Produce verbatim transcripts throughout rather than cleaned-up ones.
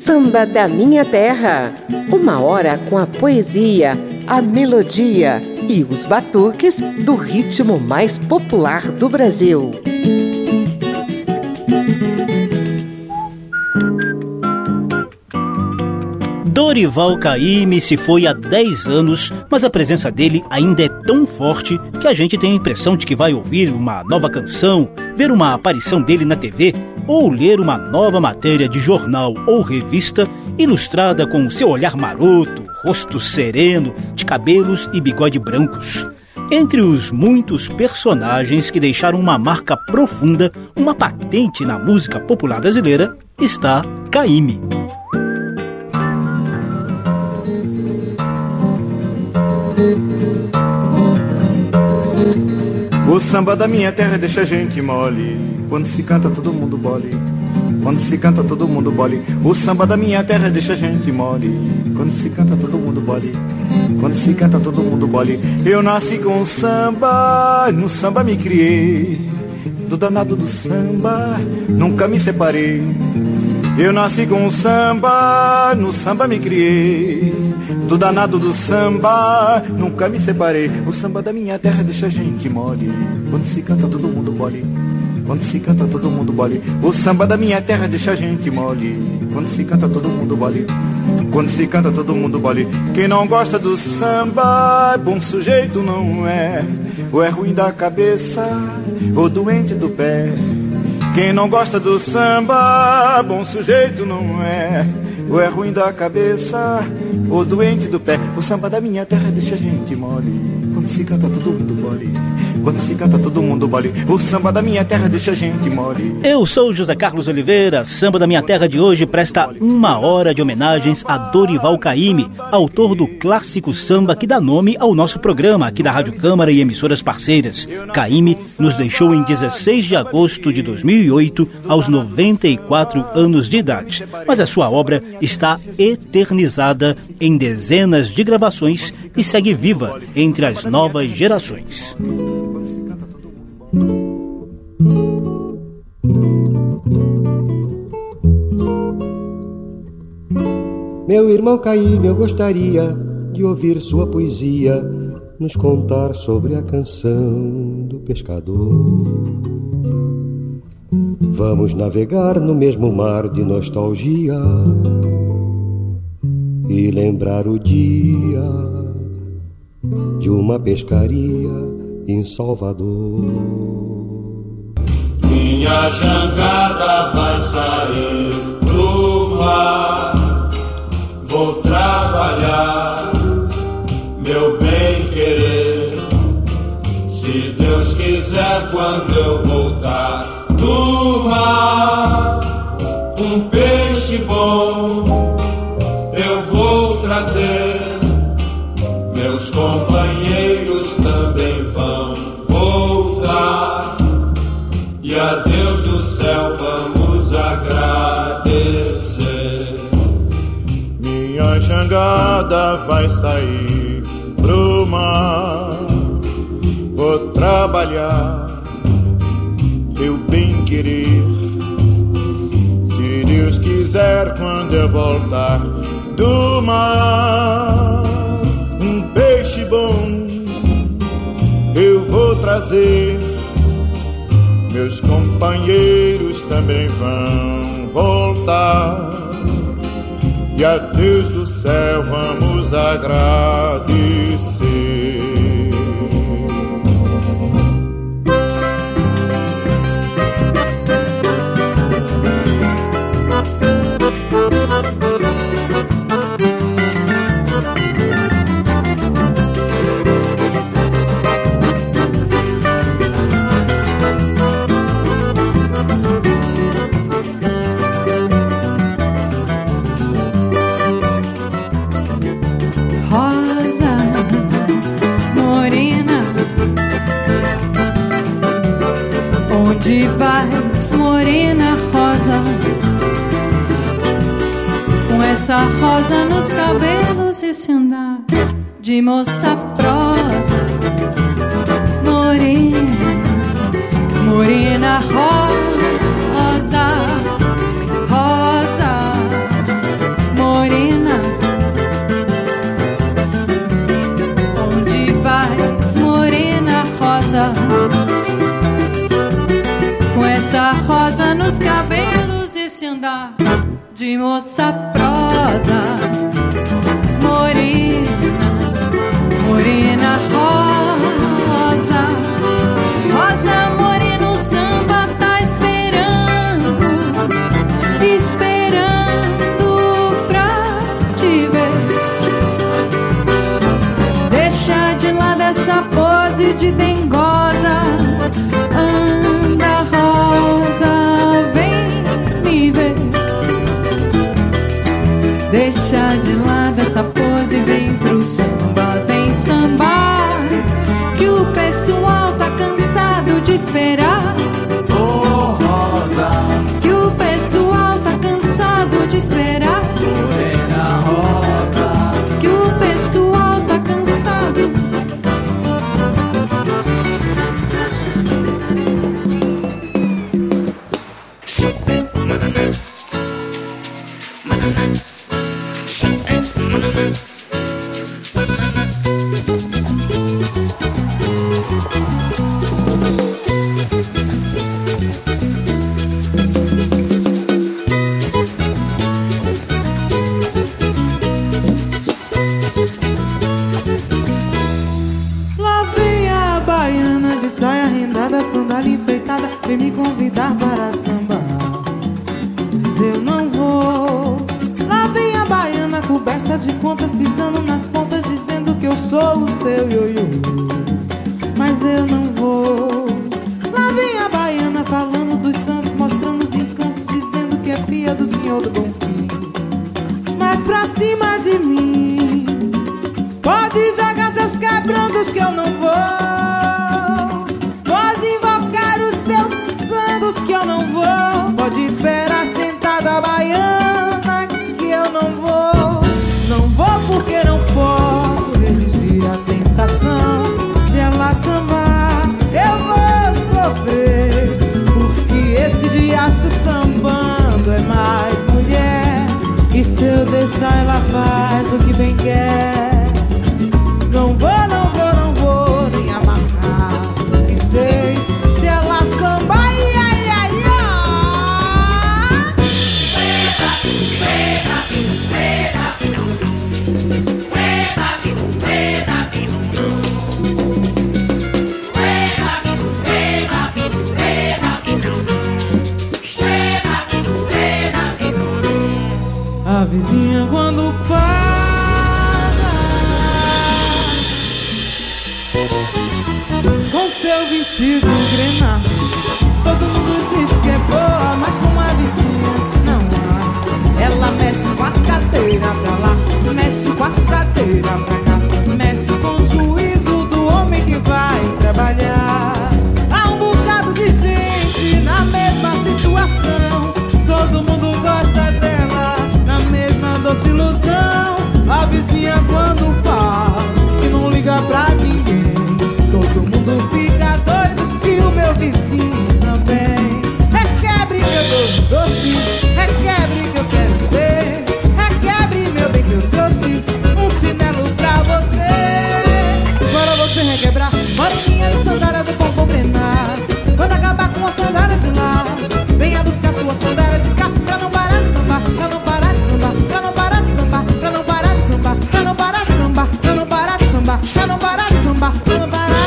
Samba da Minha Terra. Uma hora com a poesia, a melodia e os batuques do ritmo mais popular do Brasil. Dorival Caymmi se foi há dez anos, mas a presença dele ainda é tão forte que a gente tem a impressão de que vai ouvir uma nova canção, ver uma aparição dele na T V ou ler uma nova matéria de jornal ou revista ilustrada com seu olhar maroto, rosto sereno, de cabelos e bigode brancos. Entre os muitos personagens que deixaram uma marca profunda, uma patente na música popular brasileira, está Caymmi. O samba da minha terra deixa a gente mole. Quando se canta todo mundo bole. Quando se canta todo mundo bole. O samba da minha terra deixa a gente mole. Quando se canta todo mundo bole. Quando se canta todo mundo bole. Eu nasci com o samba, no samba me criei. Do danado do samba, nunca me separei. Eu nasci com o samba, no samba me criei. Do danado do samba, nunca me separei. O samba da minha terra deixa a gente mole. Quando se canta todo mundo bole. Quando se canta todo mundo bole. O samba da minha terra deixa a gente mole. Quando se canta todo mundo bole. Quando se canta todo mundo bole. Quem não gosta do samba, bom sujeito não é. Ou é ruim da cabeça, ou doente do pé. Quem não gosta do samba, bom sujeito não é. Ou é ruim da cabeça, ou doente do pé. O samba da minha terra deixa a gente mole. Quando se canta todo mundo bole. Quando se canta todo mundo bole. O samba da minha terra deixa a gente mole. Eu sou José Carlos Oliveira. Samba da Minha Terra de hoje presta uma hora de homenagens a Dorival Caymmi, autor do clássico samba que dá nome ao nosso programa aqui da Rádio Câmara e emissoras parceiras. Caymmi nos deixou em dezesseis de agosto de dois mil e oito, aos noventa e quatro anos de idade. Mas a sua obra está eternizada em dezenas de gravações e segue viva entre as novas gerações. Meu irmão Caymmi, eu gostaria de ouvir sua poesia nos contar sobre a canção do pescador. Vamos navegar no mesmo mar de nostalgia e lembrar o dia de uma pescaria em Salvador. Minha jangada vai sair pro mar, vou trabalhar, meu bem querer. Se Deus quiser, quando eu voltar do mar, um peixe bom eu vou trazer. Meus companheiros também vão voltar, e a Deus do céu vamos agradecer. Minha jangada vai sair pro mar, vou trabalhar, meu bem querer. Se Deus quiser, quando eu voltar do mar, um peixe bom eu vou trazer. Meus companheiros também vão voltar, e a Deus do céu vamos agradecer. Onde vais, morena rosa, com essa rosa nos cabelos e se andar de moça prosa? Morena, morena rosa, rosa, esse andar de moça prosa. Morena, morena rosa, rosa morena, o samba tá esperando, esperando pra te ver. Deixa de lado essa pose de dengosa, anda rosa, vem me ver. Deixa de lado essa pose, vem pro samba, vem sambar, que o pessoal tá cansado de esperar. Oh, rosa, Que o pessoal tá cansado de esperar. morena rosa, Que o pessoal tá cansado. Lá vem a baiana de saia rendada, sandália enfeitada, vem me convidar para sambar. Mas eu não vou. Lá vem a baiana coberta de contas, pisando nas pontas, dizendo que eu sou o seu ioiô. Mas eu não vou. Lá vem a baiana falando dos santos, mostrando os encantos, dizendo que é filha do Senhor do Bonfim. Mas pra cima de mim pode jogar seus quebrantos que eu não vou. Pode invocar os seus santos que eu não vou. Pode esperar sentada a baiana que eu não vou. Não vou porque não posso resistir à tentação. Se ela sambar, eu vou sofrer, porque esse diacho sambando é mais mulher. E se eu deixar, ela faz o que bem quer. Não vou, não vou, não vou nem amarrar. E sei, se ela sambar, ai, ai, ai, a vizinha quando passa com seu vestido grená, todo mundo diz que é boa, mas com a vizinha não há. Ela mexe com as cadeiras pra lá, mexe com as cadeiras pra cá, mexe com o juízo do homem que vai trabalhar. Há um bocado de gente na mesma situação, todo mundo gosta dela, na mesma doce ilusão. A vizinha quando fala que não liga pra ninguém, todo mundo fica doido e o meu vizinho também. Requebre que eu dou doce, requebre que eu quero ver, requebre meu bem que eu trouxe um chinelo pra você. Bora você requebrar, moreninha de sandália do pompom grená. Quando acabar com a sandália de lá, venha buscar sua sandália de cá, pra não parar de sambar, pra não parar de sambar, pra não parar de sambar, pra não parar de sambar, pra não parar de sambar, pra não parar de sambar, pra não parar de sambar, pra não parar.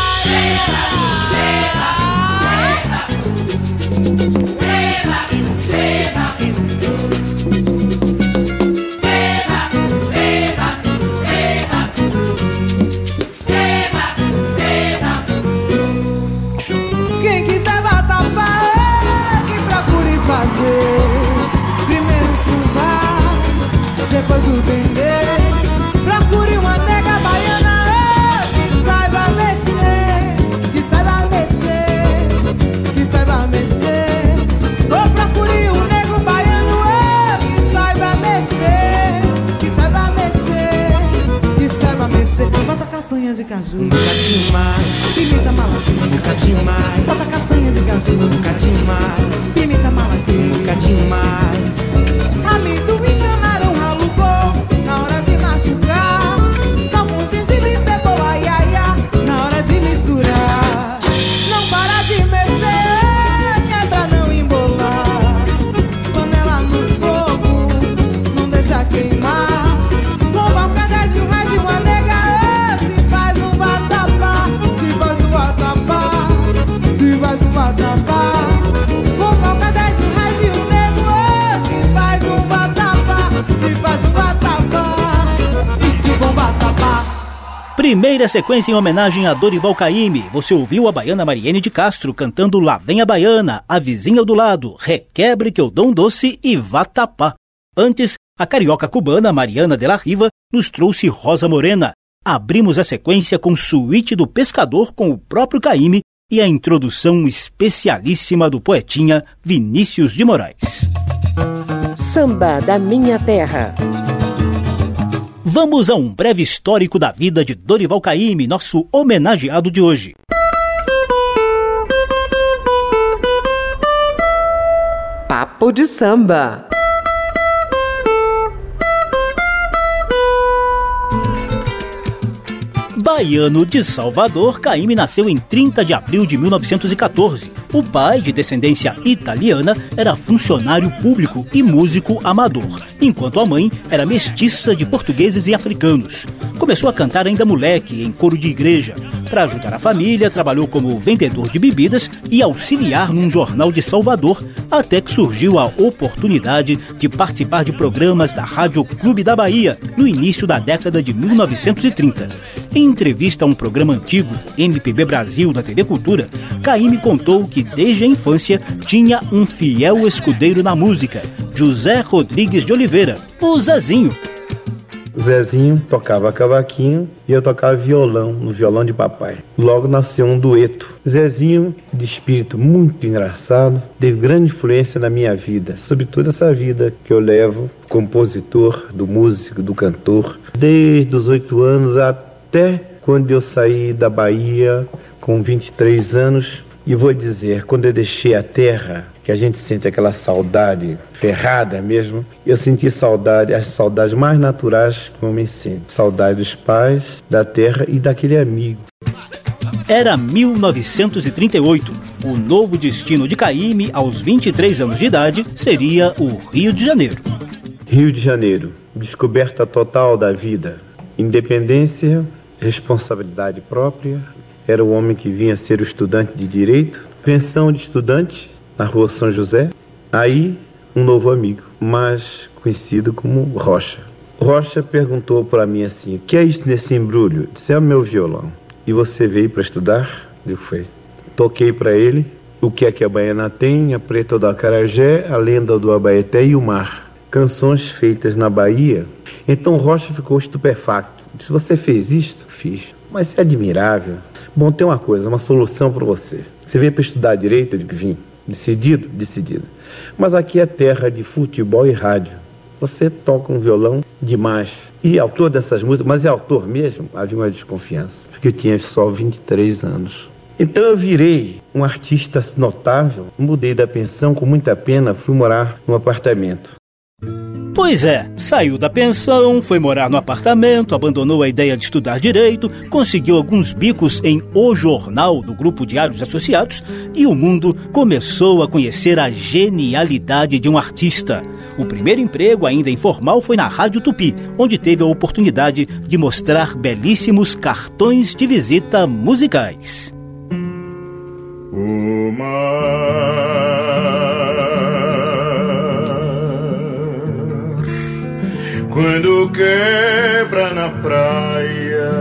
Quem quiser botar pé, que procure fazer primeiro fubá, depois o dendê. Procure uma nega baiana, oh, que saiba mexer, que saiba mexer, que saiba mexer. Ou procure um nego baiano, oh, que saiba mexer, que saiba mexer, que saiba mexer. Bota castanha de caju, um bocadinho mais, pimenta malaquia, um bocadinho mais. Bota castanha de caju, um bocadinho mais, pimenta malaquia, um bocadinho mais. Amendoim, camarão, ralo bom, na hora de machucar. Sal com gengibre, cebola, iaia, na hora de misturar. Não para de mexer, que é pra não embolar. Primeira sequência em homenagem a Dorival Caymmi. Você ouviu a baiana Mariene de Castro cantando Lá Vem a Baiana, A Vizinha do Lado, Requebre que eu dou um doce e Vatapá. Antes, a carioca cubana Mariana de la Riva nos trouxe Rosa Morena. Abrimos a sequência com Suíte do Pescador com o próprio Caymmi e a introdução especialíssima do poetinha Vinícius de Moraes. Samba da Minha Terra. Vamos a um breve histórico da vida de Dorival Caymmi, nosso homenageado de hoje. Papo de Samba. Baiano de Salvador, Caymmi nasceu em trinta de abril de mil novecentos e quatorze. O pai, de descendência italiana, era funcionário público e músico amador, enquanto a mãe era mestiça de portugueses e africanos. Começou a cantar ainda moleque, em coro de igreja. Para ajudar a família, trabalhou como vendedor de bebidas e auxiliar num jornal de Salvador, até que surgiu a oportunidade de participar de programas da Rádio Clube da Bahia, no início da década de mil novecentos e trinta. Em entrevista a um programa antigo, M P B Brasil, da T V Cultura, Caymmi contou que desde a infância tinha um fiel escudeiro na música, José Rodrigues de Oliveira, o Zezinho. Zezinho tocava cavaquinho e eu tocava violão, no violão de papai. Logo nasceu um dueto. Zezinho, de espírito muito engraçado, teve grande influência na minha vida, sobretudo essa vida que eu levo, compositor, do músico, do cantor, desde os oito anos até quando eu saí da Bahia com vinte e três anos. E vou dizer, quando eu deixei a terra, que a gente sente aquela saudade ferrada mesmo, eu senti saudade, as saudades mais naturais que o homem sente. Saudade dos pais, da terra e daquele amigo. Era mil novecentos e trinta e oito. O novo destino de Caymmi, aos vinte e três anos de idade, seria o Rio de Janeiro. Rio de Janeiro, descoberta total da vida. Independência, responsabilidade própria. Era o homem que vinha ser o estudante de Direito. Pensão de estudante na rua São José. Aí, um novo amigo, mais conhecido como Rocha. Rocha perguntou para mim assim: o que é isso nesse embrulho? Eu disse: é o meu violão. E você veio para estudar? Eu fui. Toquei para ele o que é que a baiana tem, a preta do acarajé, a lenda do Abaeté e o mar. Canções feitas na Bahia. Então Rocha ficou estupefacto. Disse: você fez isto? Fiz. Mas isso é admirável. Bom, tem uma coisa, uma solução para você. Você veio para estudar direito? Eu digo: vim. Decidido? Decidido. Mas aqui é terra de futebol e rádio. Você toca um violão demais. E autor dessas músicas, mas é autor mesmo? Havia uma desconfiança, porque eu tinha só vinte e três anos. Então eu virei um artista notável, mudei da pensão com muita pena, fui morar num apartamento. Pois é, saiu da pensão, foi morar no apartamento, abandonou a ideia de estudar direito, conseguiu alguns bicos em O Jornal do Grupo Diários Associados e o mundo começou a conhecer a genialidade de um artista. O primeiro emprego, ainda informal, foi na Rádio Tupi, onde teve a oportunidade de mostrar belíssimos cartões de visita musicais. O mar, quando quebra na praia,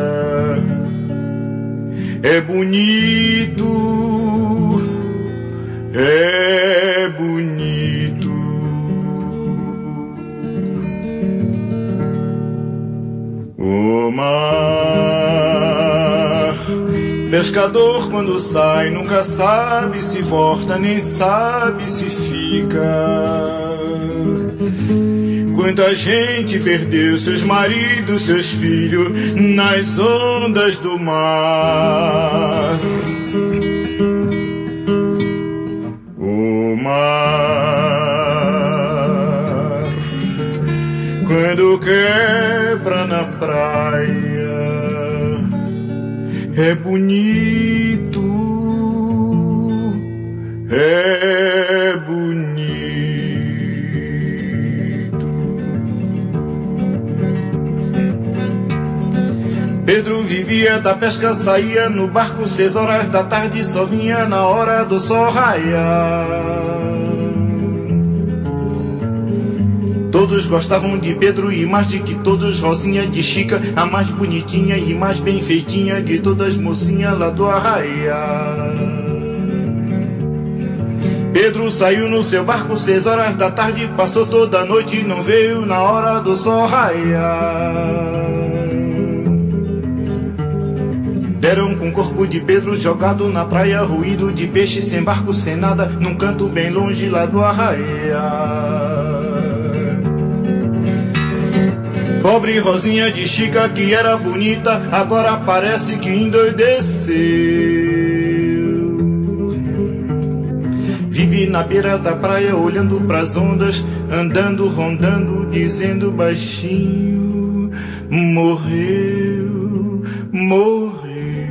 é bonito, é bonito. O mar, pescador quando sai nunca sabe se volta nem sabe se fica. Quanta gente perdeu seus maridos, seus filhos nas ondas do mar. O mar, quando quebra na praia, é bonito, é bonito. Pedro vivia da pesca, saía no barco seis horas da tarde, só vinha na hora do sol raiar. Todos gostavam de Pedro e mais de que todos Rosinha de Chica, a mais bonitinha e mais bem feitinha de todas mocinhas lá do arraia. Pedro saiu no seu barco seis horas da tarde, passou toda a noite e não veio na hora do sol raiar. Deram com o corpo de Pedro jogado na praia, ruído de peixe sem barco, sem nada, num canto bem longe lá do arraia. Pobre Rosinha de Chica, que era bonita, agora parece que endoideceu. Vive na beira da praia, olhando pras ondas, andando, rondando, dizendo baixinho: morreu, morreu,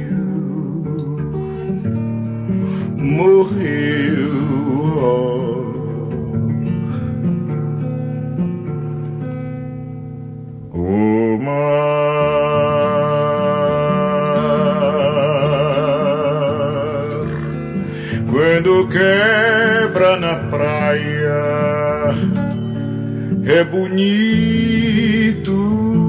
morreu. Oh. O mar, quando quebra na praia, é bonito.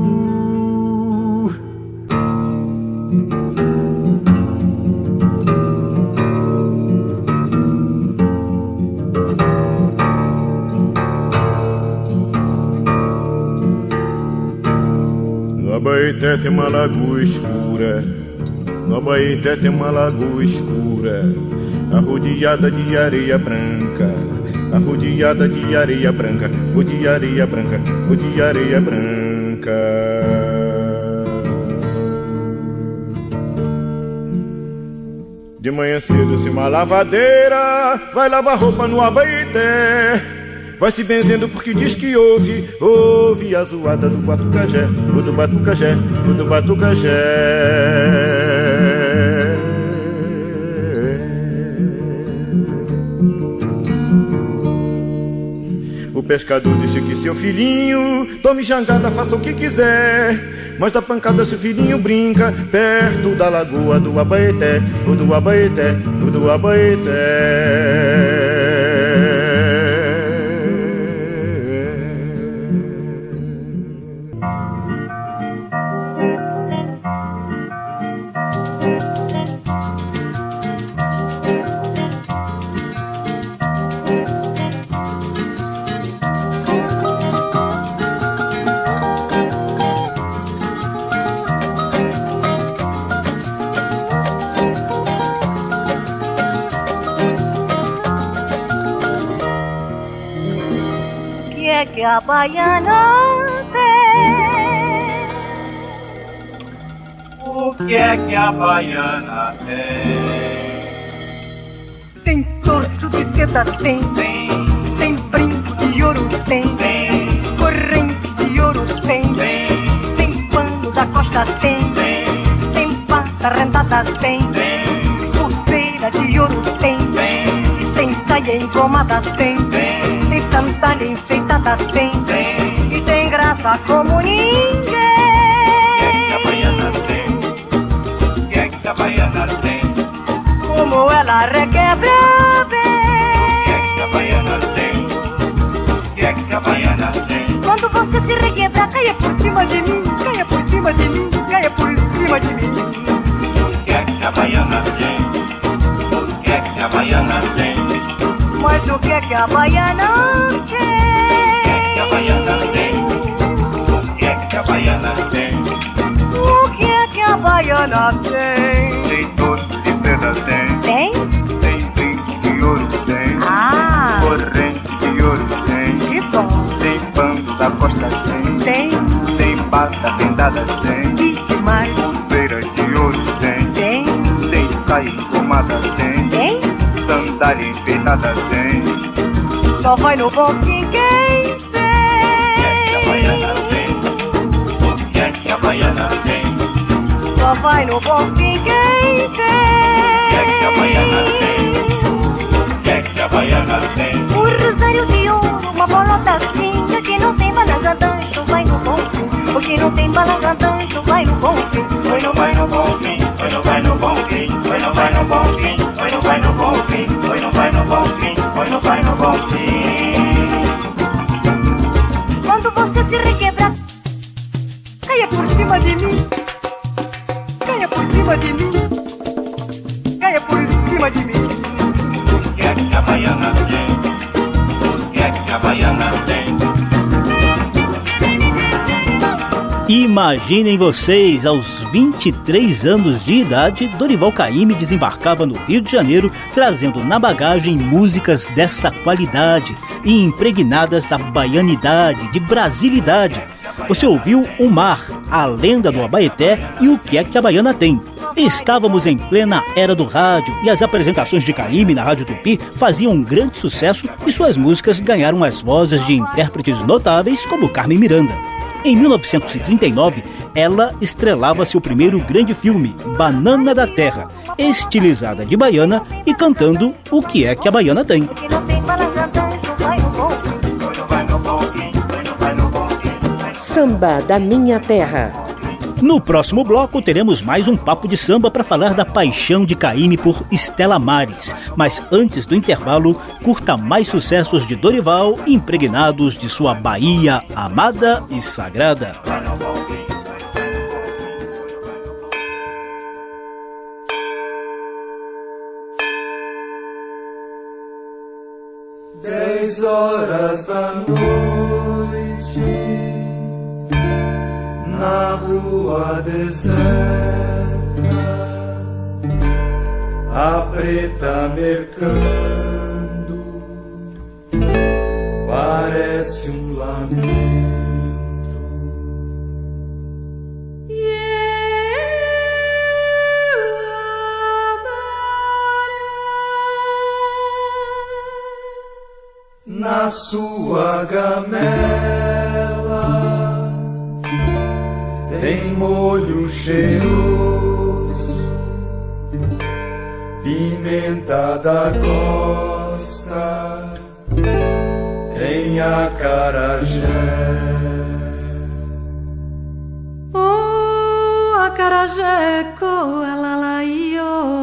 No Abaeté tem uma lagoa escura, no Abaeté tem uma lagoa escura, arrodeada de areia branca, arrodeada de areia branca, o de areia branca, o de areia branca. De manhã cedo se uma lavadeira vai lavar roupa no Abaeté, vai se benzendo porque diz que ouve, ouve a zoada do batucajé, o do batucajé, o do batucajé. O pescador disse que seu filhinho tome jangada, faça o que quiser, mas da pancada seu filhinho brinca perto da lagoa do Abaeté, o do Abaeté, o do Abaeté. Que a baiana tem. O que é que a baiana tem? Tem torso de seda, tem. Tem, Tem brinco de ouro, tem. tem, Corrente de ouro, tem. tem, Tem pano da costa, tem. tem, Tem pata rendada, tem. tem, Pulseira de ouro, tem. tem, Tem saia engomada, tem. tem, Tem sandália enfeitada, tem. tem. E tem graça como ninguém. O que é que a baiana tem? Como ela requebra bem. O que é que a baiana tem? O que é que a baiana tem? Quando você se requebra, caia por cima de mim, caia por cima de mim, caia por cima de mim. O que é que a baiana tem? O que é que a baiana tem? Mas o que é que a baiana tem? O que é que a baiana tem? O que é que a baiana tem? O que é que a baiana tem? Tem torso de seda, tem. Tem? Tem brinco de ouro, tem. Ah, Corrente de ouro, tem. que bom. Tem pano da costa, tem. Tem? Tem pata vendada, tem. Que demais. Pulseira de ouro, tem. Tem? Tem saia engomada, tem. Tem? Sandália enfeitada, tem. Só vai no bom fim quem O que é que a baiana tem. tem? O que é que a baiana tem? Só vai no bom fim quem tem. O que é que a baiana tem? O que é que a baiana tem? Um rosário de ouro, uma bolota assim. O que não tem balançadão, vai no bom fim. O que não tem balançadão, vai no bom fim. Foi no vai no bom fim, foi no vai no bom fim, foi no vai no bom fim, foi no vai no bom fim, foi no vai no bom fim, foi no vai no bom fim. cima de mim, caia por cima de mim. O que é que a baiana tem? O que é que a baiana tem? Imaginem vocês, aos vinte e três anos de idade, Dorival Caymmi desembarcava no Rio de Janeiro, trazendo na bagagem músicas dessa qualidade e impregnadas da baianidade, de brasilidade. Você ouviu O Mar, A Lenda do Abaeté e O que é que a Baiana tem. Estávamos em plena era do rádio e as apresentações de Caymmi na Rádio Tupi faziam um grande sucesso e suas músicas ganharam as vozes de intérpretes notáveis como Carmen Miranda. Em mil novecentos e trinta e nove, ela estrelava seu primeiro grande filme, Banana da Terra, estilizada de baiana e cantando O que é que a Baiana tem. Samba da Minha Terra. No próximo bloco teremos mais um papo de samba para falar da paixão de Caymmi por Estela Maris. Mas antes do intervalo, curta mais sucessos de Dorival impregnados de sua Bahia amada e sagrada. Dez horas da noite, na rua deserta, a preta mercando parece um lamento. Na sua gamela tem molho cheiroso, pimenta da costa, tem acarajé. Oh, acarajé, coalalaio,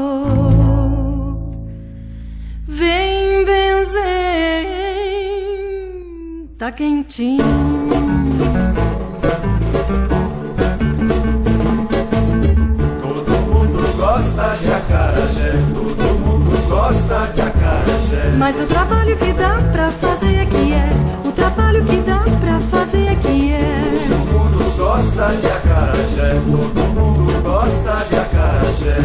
vem benzer, tá quentinho. Gosta de acarajé, todo mundo gosta de acarajé. Mas o trabalho que dá pra fazer é que é, o trabalho que dá pra fazer é que é. Todo mundo gosta de acarajé, todo mundo gosta de acarajé.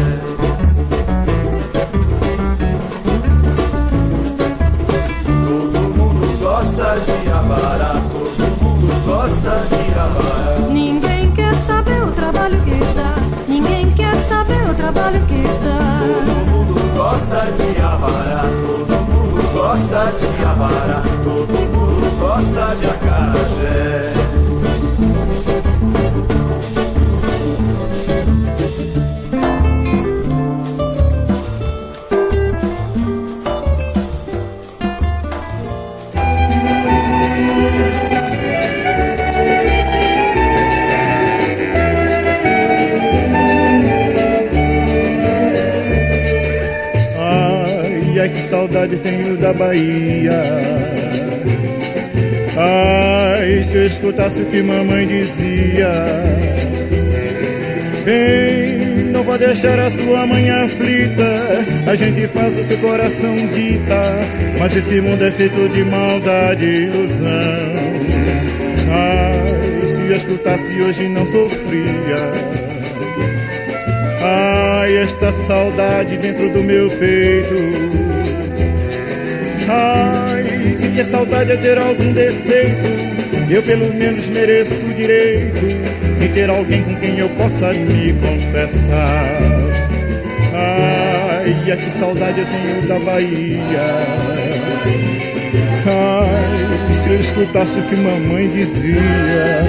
Todo mundo gosta de abará, todo mundo gosta de abará. Ninguém quer saber o trabalho que dá, ninguém quer saber o trabalho que dá. Todo mundo gosta de abará, todo mundo gosta de abará, todo mundo gosta de acarajé. Ai, que saudade tenho da Bahia. Ai, se eu escutasse o que mamãe dizia. Bem, não vou deixar a sua mãe aflita. A gente faz o que o coração dita, mas esse mundo é feito de maldade e ilusão. Ai, se eu escutasse hoje não sofria. Ai, esta saudade dentro do meu peito. Ai, se ter saudade é ter algum defeito, eu pelo menos mereço o direito de ter alguém com quem eu possa me confessar. Ai, que saudade eu tenho da Bahia. Ai, se eu escutasse o que mamãe dizia.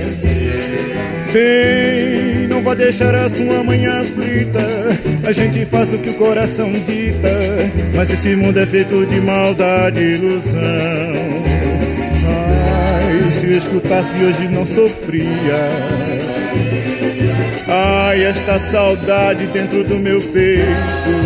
Bem, não vou deixar a sua mãe aflita. A gente faz o que o coração dita, mas esse mundo é feito de maldade e ilusão. Ai, se eu escutasse hoje não sofria. Ai, esta saudade dentro do meu peito.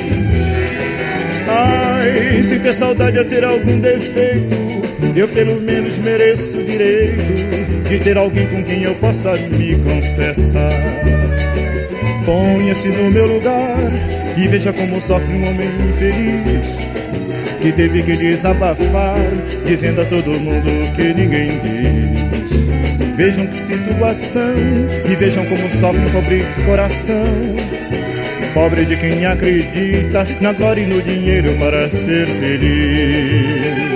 Ai, se ter saudade é ter algum defeito, eu pelo menos mereço o direito de ter alguém com quem eu possa me confessar. Ponha-se no meu lugar e veja como sofre um homem infeliz, que teve que desabafar, dizendo a todo mundo que ninguém diz. Vejam que situação e vejam como sofre um pobre coração, pobre de quem acredita na glória e no dinheiro para ser feliz.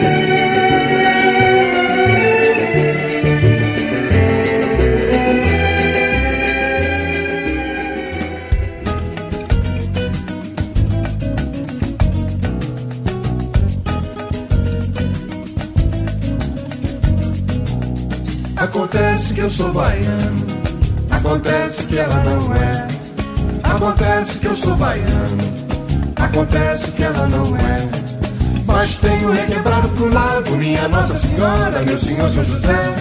Acontece que eu sou baiano, acontece que ela não é. Acontece que eu sou baiano, acontece que ela não é. Mas tenho requebrado pro lado minha Nossa Senhora, meu Senhor São José.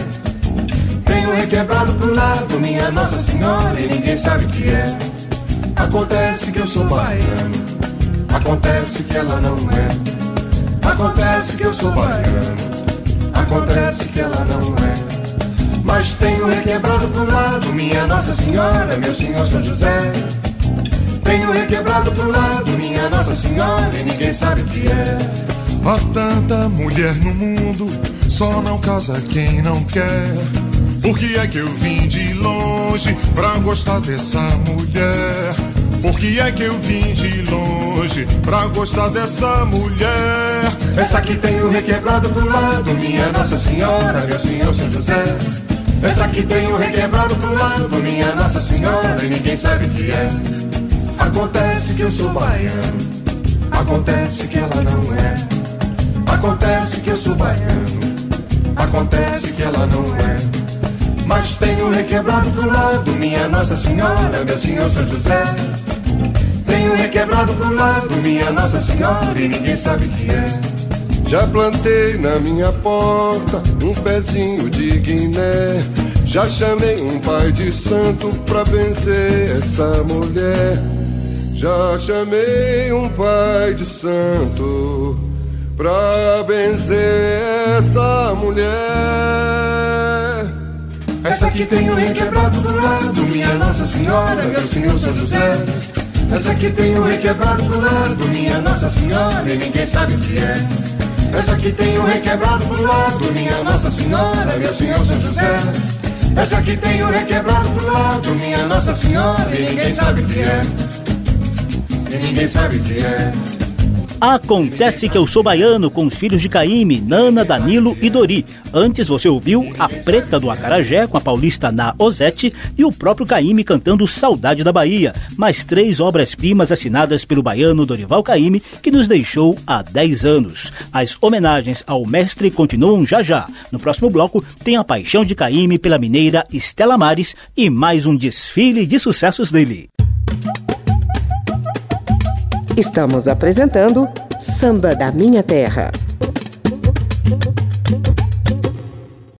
Tenho requebrado pro lado minha Nossa Senhora e ninguém sabe o que é. Acontece que eu sou baiano, acontece que ela não é. Acontece que eu sou baiano, acontece que ela não é. Mas tenho requebrado pro lado minha Nossa Senhora, meu Senhor São José. Tenho requebrado pro lado minha Nossa Senhora e ninguém sabe o que é. Há tanta mulher no mundo, só não casa quem não quer. Por que é que eu vim de longe pra gostar dessa mulher? Por que é que eu vim de longe pra gostar dessa mulher? Essa que tenho requebrado pro lado minha Nossa Senhora, meu Senhor São José. Essa que tenho requebrado pro lado minha Nossa Senhora e ninguém sabe o que é. Acontece que eu sou baiano, acontece que ela não é. Acontece que eu sou baiano, acontece que ela não é. Mas tenho requebrado pro lado minha Nossa Senhora, meu Senhor São José. Tenho requebrado pro lado minha Nossa Senhora e ninguém sabe o que é. Já plantei na minha porta um pezinho de Guiné. Já chamei um pai de santo pra benzer essa mulher. Já chamei um pai de santo pra benzer essa mulher. Essa que tenho requebrado do lado minha Nossa Senhora, meu Senhor São José. Essa que tenho requebrado do lado minha Nossa Senhora e ninguém sabe o que é. Essa que tenho requebrado pro lado minha Nossa Senhora, meu Senhor São José. Essa que tenho requebrado pro lado minha Nossa Senhora e ninguém sabe o que é. E ninguém sabe o que é. Acontece que eu sou baiano, com os filhos de Caymmi, Nana, Danilo e Dori. Antes você ouviu A Preta do Acarajé com a paulista Na Ozete e o próprio Caymmi cantando Saudade da Bahia, mais três obras-primas assinadas pelo baiano Dorival Caymmi, que nos deixou há dez anos. As homenagens ao mestre continuam já já. No próximo bloco tem a paixão de Caymmi pela mineira Estela Maris e mais um desfile de sucessos dele. Estamos apresentando Samba da Minha Terra.